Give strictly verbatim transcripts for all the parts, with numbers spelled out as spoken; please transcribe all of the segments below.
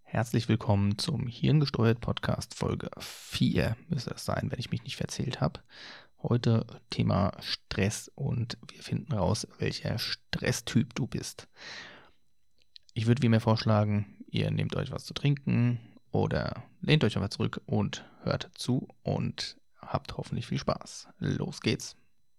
Herzlich willkommen zum Hirngesteuert Podcast Folge vier, müsste es sein, wenn ich mich nicht verzählt habe. Heute Thema Stress und wir finden raus, welcher Stresstyp du bist. Ich würde wie immer vorschlagen, ihr nehmt euch was zu trinken oder lehnt euch einfach zurück und hört zu und habt hoffentlich viel Spaß. Los geht's.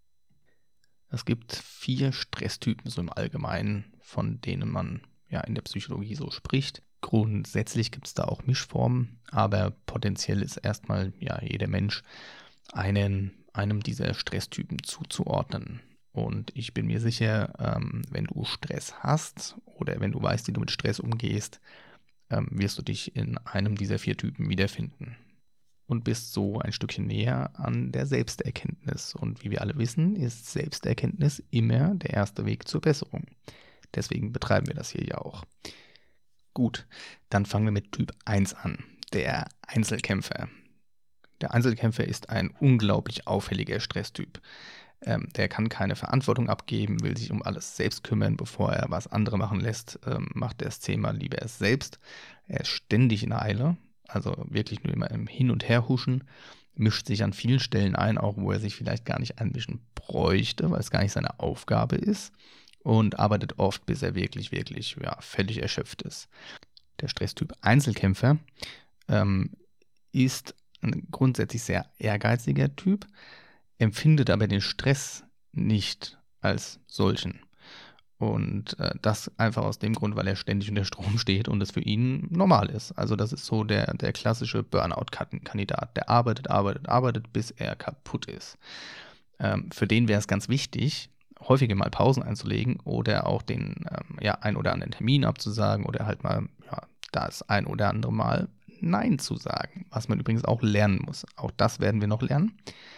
Es gibt vier Stresstypen so im Allgemeinen, von denen man ja in der Psychologie so spricht. Grundsätzlich gibt es da auch Mischformen, aber potenziell ist erstmal ja jeder Mensch einen, einem dieser Stresstypen zuzuordnen. Und ich bin mir sicher, ähm, wenn du Stress hast oder wenn du weißt, wie du mit Stress umgehst, ähm, wirst du dich in einem dieser vier Typen wiederfinden und bist so ein Stückchen näher an der Selbsterkenntnis. Und wie wir alle wissen, ist Selbsterkenntnis immer der erste Weg zur Besserung. Deswegen betreiben wir das hier ja auch. Gut, dann fangen wir mit Typ eins an, der Einzelkämpfer. Der Einzelkämpfer ist ein unglaublich auffälliger Stresstyp. Ähm, der kann keine Verantwortung abgeben, will sich um alles selbst kümmern, bevor er was andere machen lässt, ähm, macht er das Thema lieber erst selbst. Er ist ständig in Eile, also wirklich nur immer im Hin- und Herhuschen, mischt sich an vielen Stellen ein, auch wo er sich vielleicht gar nicht einmischen bräuchte, weil es gar nicht seine Aufgabe ist. Und arbeitet oft, bis er wirklich, wirklich ja, völlig erschöpft ist. Der Stresstyp Einzelkämpfer ähm, ist ein grundsätzlich sehr ehrgeiziger Typ, empfindet aber den Stress nicht als solchen. Und äh, das einfach aus dem Grund, weil er ständig unter Strom steht und es für ihn normal ist. Also das ist so der, der klassische Burnout-Kandidat. Der arbeitet, arbeitet, arbeitet, bis er kaputt ist. Ähm, für den wäre es ganz wichtig, häufiger mal Pausen einzulegen oder auch den ähm, ja, ein oder anderen Termin abzusagen oder halt mal ja, das ein oder andere Mal Nein zu sagen, was man übrigens auch lernen muss. Auch das werden wir noch lernen.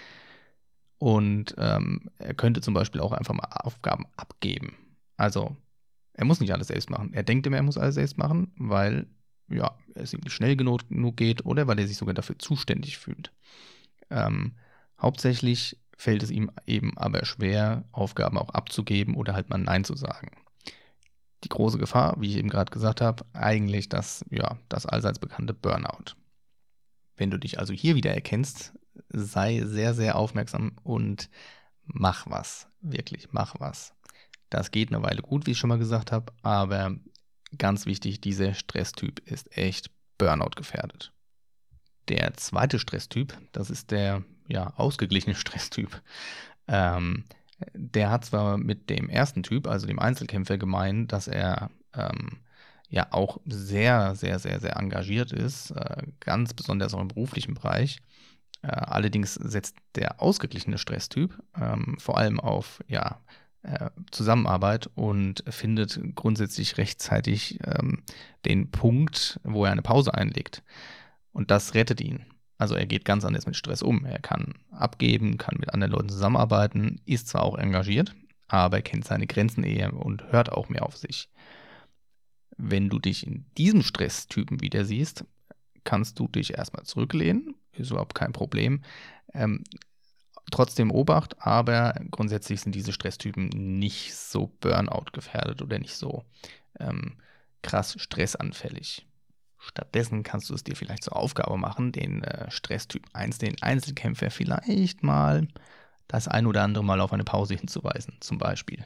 Und ähm, er könnte zum Beispiel auch einfach mal Aufgaben abgeben. Also er muss nicht alles selbst machen. Er denkt immer, er muss alles selbst machen, weil ja, es ihm nicht schnell genug, genug geht oder weil er sich sogar dafür zuständig fühlt. Ähm, hauptsächlich fällt es ihm eben aber schwer, Aufgaben auch abzugeben oder halt mal Nein zu sagen. Die große Gefahr, wie ich eben gerade gesagt habe, eigentlich das, ja, das allseits bekannte Burnout. Wenn du dich also hier wieder erkennst, sei sehr, sehr aufmerksam und mach was. Wirklich, mach was. Das geht eine Weile gut, wie ich schon mal gesagt habe, aber ganz wichtig, dieser Stresstyp ist echt Burnout gefährdet. Der zweite Stresstyp, das ist der ja, ausgeglichene Stresstyp. Ähm, der hat zwar mit dem ersten Typ, also dem Einzelkämpfer, gemein, dass er ähm, ja auch sehr, sehr, sehr, sehr engagiert ist, äh, ganz besonders auch im beruflichen Bereich. Äh, allerdings setzt der ausgeglichene Stresstyp ähm, vor allem auf ja, äh, Zusammenarbeit und findet grundsätzlich rechtzeitig ähm, den Punkt, wo er eine Pause einlegt. Und das rettet ihn. Also er geht ganz anders mit Stress um. Er kann abgeben, kann mit anderen Leuten zusammenarbeiten, ist zwar auch engagiert, aber er kennt seine Grenzen eher und hört auch mehr auf sich. Wenn du dich in diesem Stresstypen wieder siehst, kannst du dich erstmal zurücklehnen, ist überhaupt kein Problem. Ähm, trotzdem Obacht, aber grundsätzlich sind diese Stresstypen nicht so Burnout gefährdet oder nicht so ähm, krass stressanfällig. Stattdessen kannst du es dir vielleicht zur Aufgabe machen, den äh, Stresstyp eins, den Einzelkämpfer, vielleicht mal das ein oder andere Mal auf eine Pause hinzuweisen, zum Beispiel.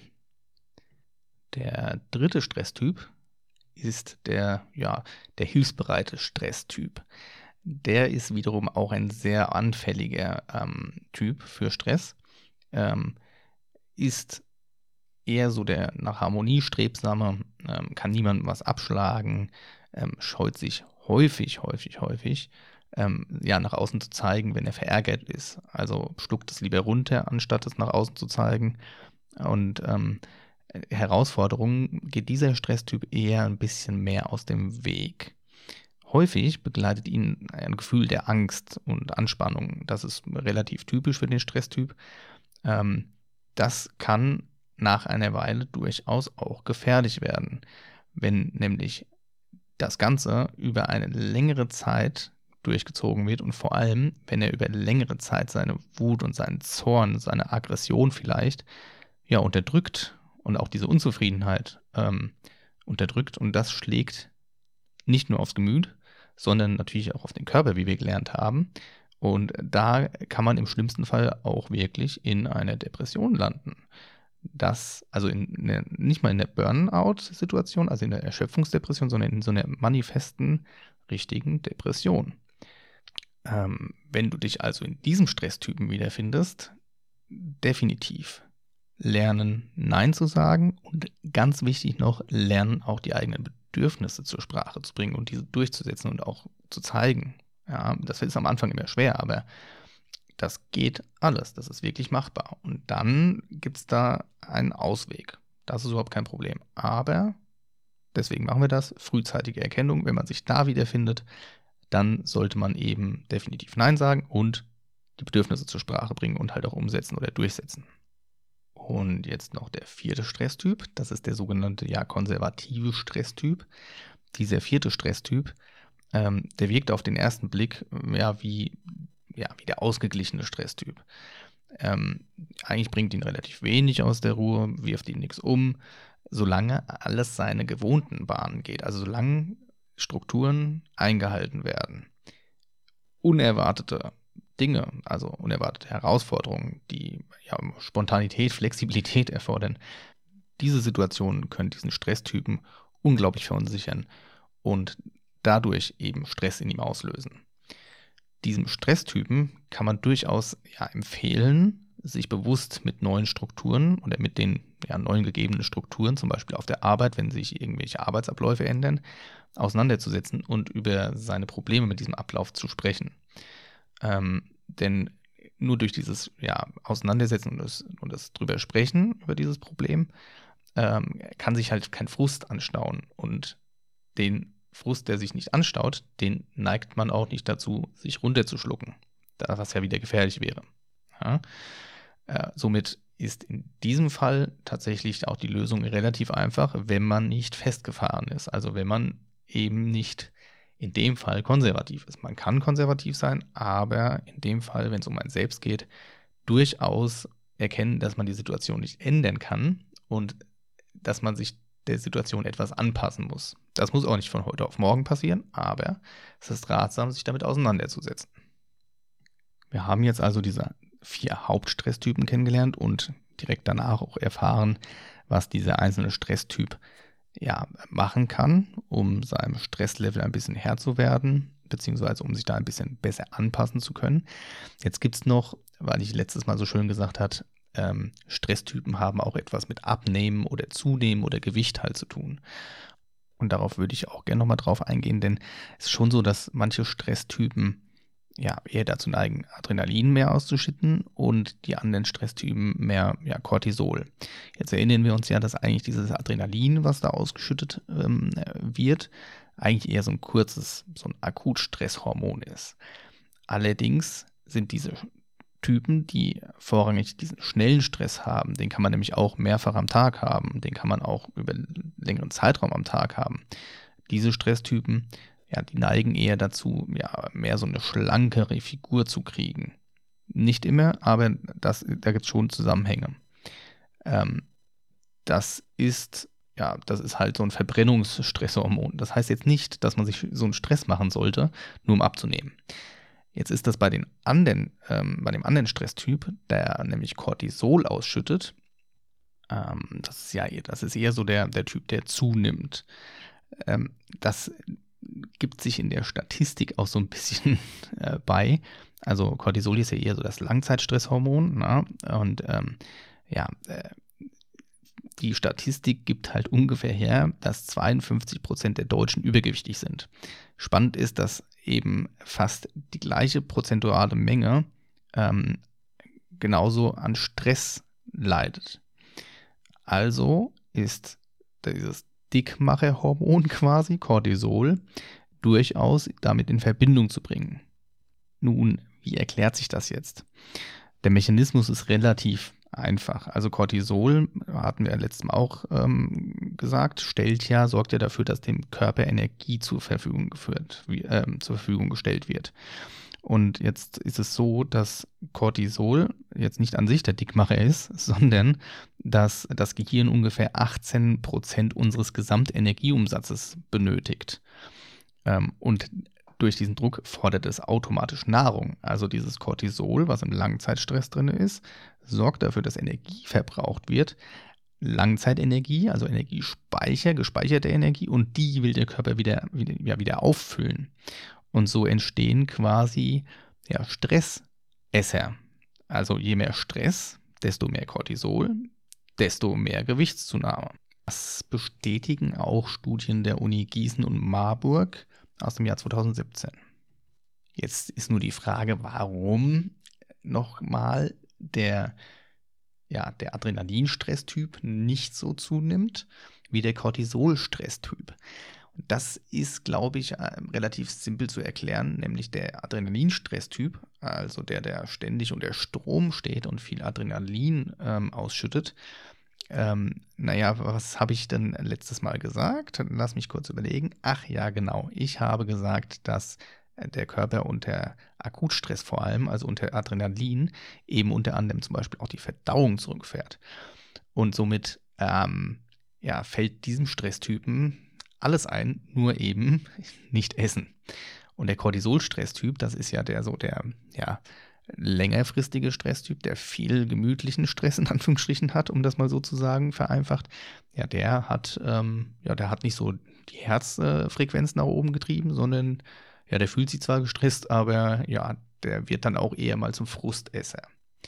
Der dritte Stresstyp ist der, ja, der hilfsbereite Stresstyp. Der ist wiederum auch ein sehr anfälliger ähm, Typ für Stress. Ähm, ist eher so der nach Harmonie strebsame, ähm, kann niemandem was abschlagen, ähm, scheut sich häufig, häufig, häufig, ähm, ja, nach außen zu zeigen, wenn er verärgert ist. Also schluckt es lieber runter, anstatt es nach außen zu zeigen. Und ähm, Herausforderungen geht dieser Stresstyp eher ein bisschen mehr aus dem Weg. Häufig begleitet ihn ein Gefühl der Angst und Anspannung. Das ist relativ typisch für den Stresstyp. Ähm, das kann nach einer Weile durchaus auch gefährlich werden, wenn nämlich das Ganze über eine längere Zeit durchgezogen wird und vor allem, wenn er über längere Zeit seine Wut und seinen Zorn, seine Aggression vielleicht ja unterdrückt und auch diese Unzufriedenheit ähm, unterdrückt und das schlägt Nicht nur aufs Gemüt, sondern natürlich auch auf den Körper, wie wir gelernt haben. Und da kann man im schlimmsten Fall auch wirklich in einer Depression landen. Das, also in, in der, nicht mal in der Burnout-Situation, also in der Erschöpfungsdepression, sondern in so einer manifesten, richtigen Depression. Ähm, wenn du dich also in diesem Stresstypen wiederfindest, definitiv lernen, Nein zu sagen und ganz wichtig noch, lernen auch die eigenen Bedürfnisse zur Sprache zu bringen und diese durchzusetzen und auch zu zeigen. Ja, das ist am Anfang immer schwer, aber das geht alles, das ist wirklich machbar. Und dann gibt es da einen Ausweg. Das ist überhaupt kein Problem. Aber, deswegen machen wir das, frühzeitige Erkennung, wenn man sich da wiederfindet, dann sollte man eben definitiv Nein sagen und die Bedürfnisse zur Sprache bringen und halt auch umsetzen oder durchsetzen. Und jetzt noch der vierte Stresstyp, das ist der sogenannte ja, konservative Stresstyp. Dieser vierte Stresstyp, ähm, der wirkt auf den ersten Blick ja, wie, ja, wie der ausgeglichene Stresstyp. Ähm, eigentlich bringt ihn relativ wenig aus der Ruhe, wirft ihn nichts um, solange alles seine gewohnten Bahnen geht, also solange Strukturen eingehalten werden. Unerwartete Dinge, also unerwartete Herausforderungen, die ja, Spontanität, Flexibilität erfordern, diese Situationen können diesen Stresstypen unglaublich verunsichern und dadurch eben Stress in ihm auslösen. Diesem Stresstypen kann man durchaus ja, empfehlen, sich bewusst mit neuen Strukturen oder mit den ja, neuen gegebenen Strukturen, zum Beispiel auf der Arbeit, wenn sich irgendwelche Arbeitsabläufe ändern, auseinanderzusetzen und über seine Probleme mit diesem Ablauf zu sprechen. Ähm, denn nur durch dieses ja, Auseinandersetzen und das, und das drüber sprechen über dieses Problem ähm, kann sich halt kein Frust anstauen. Und den Frust, der sich nicht anstaut, den neigt man auch nicht dazu, sich runterzuschlucken, da was ja wieder gefährlich wäre. Ja? Äh, somit ist in diesem Fall tatsächlich auch die Lösung relativ einfach, wenn man nicht festgefahren ist. Also wenn man eben nicht in dem Fall konservativ ist. Man kann konservativ sein, aber in dem Fall, wenn es um ein Selbst geht, durchaus erkennen, dass man die Situation nicht ändern kann und dass man sich der Situation etwas anpassen muss. Das muss auch nicht von heute auf morgen passieren, aber es ist ratsam, sich damit auseinanderzusetzen. Wir haben jetzt also diese vier Hauptstresstypen kennengelernt und direkt danach auch erfahren, was dieser einzelne Stresstyp ja, machen kann, um seinem Stresslevel ein bisschen Herr zu werden, beziehungsweise um sich da ein bisschen besser anpassen zu können. Jetzt gibt es noch, weil ich letztes Mal so schön gesagt habe, ähm, Stresstypen haben auch etwas mit Abnehmen oder Zunehmen oder Gewicht halt zu tun. Und darauf würde ich auch gerne nochmal drauf eingehen, denn es ist schon so, dass manche Stresstypen ja, eher dazu neigen, Adrenalin mehr auszuschütten und die anderen Stresstypen mehr ja, Cortisol. Jetzt erinnern wir uns ja, dass eigentlich dieses Adrenalin, was da ausgeschüttet ähm, wird, eigentlich eher so ein kurzes, so ein Akutstresshormon ist. Allerdings sind diese Typen, die vorrangig diesen schnellen Stress haben, den kann man nämlich auch mehrfach am Tag haben, den kann man auch über einen längeren Zeitraum am Tag haben. Diese Stresstypen, ja, die neigen eher dazu, ja, mehr so eine schlankere Figur zu kriegen. Nicht immer, aber das, da gibt es schon Zusammenhänge. Ähm, das ist, ja, das ist halt so ein Verbrennungsstresshormon. Das heißt jetzt nicht, dass man sich so einen Stress machen sollte, nur um abzunehmen. Jetzt ist das bei den anderen, ähm, bei dem anderen Stresstyp, der nämlich Cortisol ausschüttet. Ähm, das ist ja, das ist eher so der, der Typ, der zunimmt. Ähm, das gibt sich in der Statistik auch so ein bisschen äh, bei. Also Cortisol ist ja eher so das Langzeitstresshormon. Ne? Und ähm, ja, äh, die Statistik gibt halt ungefähr her, dass zweiundfünfzig Prozent der Deutschen übergewichtig sind. Spannend ist, dass eben fast die gleiche prozentuale Menge ähm, genauso an Stress leidet. Also ist dieses Dickmacherhormon quasi, Cortisol, durchaus damit in Verbindung zu bringen. Nun, wie erklärt sich das jetzt? Der Mechanismus ist relativ einfach. Also Cortisol, hatten wir ja letztes Mal auch ähm, gesagt, stellt ja, sorgt ja dafür, dass dem Körper Energie zur Verfügung geführt, wie, äh, zur Verfügung gestellt wird. Und jetzt ist es so, dass Cortisol jetzt nicht an sich der Dickmacher ist, sondern dass das Gehirn ungefähr achtzehn Prozent unseres Gesamtenergieumsatzes benötigt. Ähm, und durch diesen Druck fordert es automatisch Nahrung. Also dieses Cortisol, was im Langzeitstress drin ist, sorgt dafür, dass Energie verbraucht wird. Langzeitenergie, also Energiespeicher, gespeicherte Energie, und die will der Körper wieder, wieder, ja, wieder auffüllen. Und so entstehen quasi ja, Stressesser. Also je mehr Stress, desto mehr Cortisol, desto mehr Gewichtszunahme. Das bestätigen auch Studien der Uni Gießen und Marburg aus dem Jahr zweitausendsiebzehn. Jetzt ist nur die Frage, warum nochmal der, ja, der Adrenalinstresstyp nicht so zunimmt wie der Cortisol-Stresstyp. Und das ist, glaube ich, relativ simpel zu erklären, nämlich der Adrenalinstresstyp, also der, der ständig unter Strom steht und viel Adrenalin ähm, ausschüttet. Ähm, naja, was habe ich denn letztes Mal gesagt? Lass mich kurz überlegen. Ach ja, genau. Ich habe gesagt, dass der Körper unter Akutstress vor allem, also unter Adrenalin, eben unter anderem zum Beispiel auch die Verdauung zurückfährt. Und somit ähm, ja, fällt diesem Stresstypen alles ein, nur eben nicht essen. Und der Cortisol-Stresstyp, das ist ja der so der, ja, längerfristige Stresstyp, der viel gemütlichen Stress in Anführungsstrichen hat, um das mal so zu sagen, vereinfacht, ja, der hat, ähm, ja, der hat nicht so die Herzfrequenz nach oben getrieben, sondern ja, der fühlt sich zwar gestresst, aber ja, der wird dann auch eher mal zum Frustesser,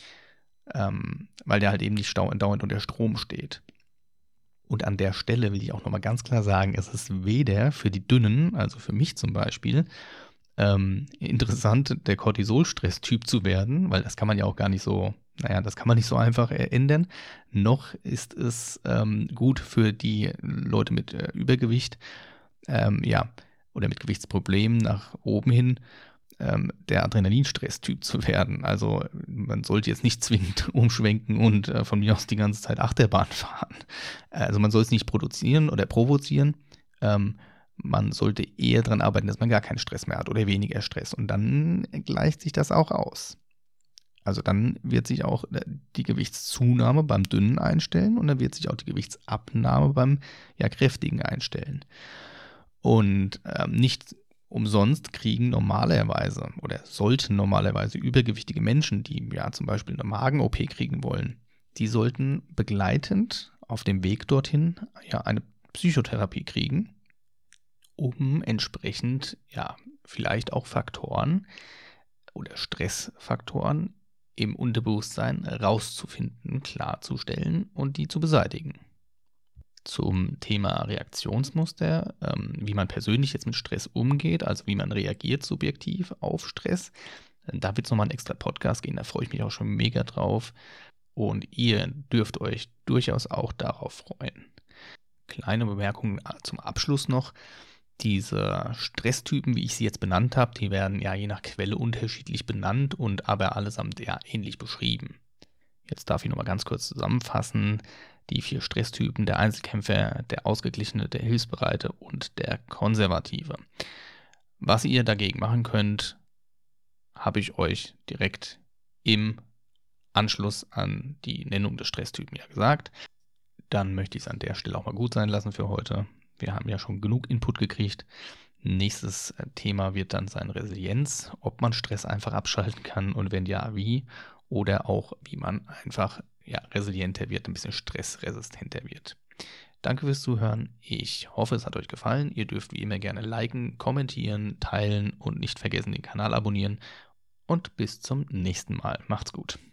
ähm, weil der halt eben nicht dauernd unter Strom steht. Und an der Stelle will ich auch nochmal ganz klar sagen, es ist weder für die Dünnen, also für mich zum Beispiel, ähm, interessant, der Cortisol-Stress-Typ zu werden, weil das kann man ja auch gar nicht so, naja, das kann man nicht so einfach ändern. Noch ist es ähm, gut für die Leute mit äh, Übergewicht, ähm, ja, oder mit Gewichtsproblemen nach oben hin, ähm, der Adrenalinstress-Typ zu werden. Also man sollte jetzt nicht zwingend umschwenken und äh, von mir aus die ganze Zeit Achterbahn fahren. Also man soll es nicht produzieren oder provozieren. Ähm, man sollte eher daran arbeiten, dass man gar keinen Stress mehr hat oder weniger Stress. Und dann gleicht sich das auch aus. Also dann wird sich auch die Gewichtszunahme beim Dünnen einstellen und dann wird sich auch die Gewichtsabnahme beim ja, Kräftigen einstellen. Und ähm, nicht umsonst kriegen normalerweise oder sollten normalerweise übergewichtige Menschen, die ja zum Beispiel eine Magen-O P kriegen wollen, die sollten begleitend auf dem Weg dorthin ja eine Psychotherapie kriegen, um entsprechend ja vielleicht auch Faktoren oder Stressfaktoren im Unterbewusstsein rauszufinden, klarzustellen und die zu beseitigen. Zum Thema Reaktionsmuster, ähm, wie man persönlich jetzt mit Stress umgeht, also wie man reagiert subjektiv auf Stress. Da wird es nochmal einen extra Podcast gehen, da freue ich mich auch schon mega drauf. Und ihr dürft euch durchaus auch darauf freuen. Kleine Bemerkung zum Abschluss noch. Diese Stresstypen, wie ich sie jetzt benannt habe, die werden ja je nach Quelle unterschiedlich benannt und aber allesamt ja ähnlich beschrieben. Jetzt darf ich nochmal ganz kurz zusammenfassen. Die vier Stresstypen: der Einzelkämpfer, der Ausgeglichene, der Hilfsbereite und der Konservative. Was ihr dagegen machen könnt, habe ich euch direkt im Anschluss an die Nennung des Stresstypen ja gesagt. Dann möchte ich es an der Stelle auch mal gut sein lassen für heute. Wir haben ja schon genug Input gekriegt. Nächstes Thema wird dann sein Resilienz, ob man Stress einfach abschalten kann und wenn ja, wie. Oder auch, wie man einfach ja, resilienter wird, ein bisschen stressresistenter wird. Danke fürs Zuhören. Ich hoffe, es hat euch gefallen. Ihr dürft wie immer gerne liken, kommentieren, teilen und nicht vergessen, den Kanal abonnieren. Und bis zum nächsten Mal. Macht's gut.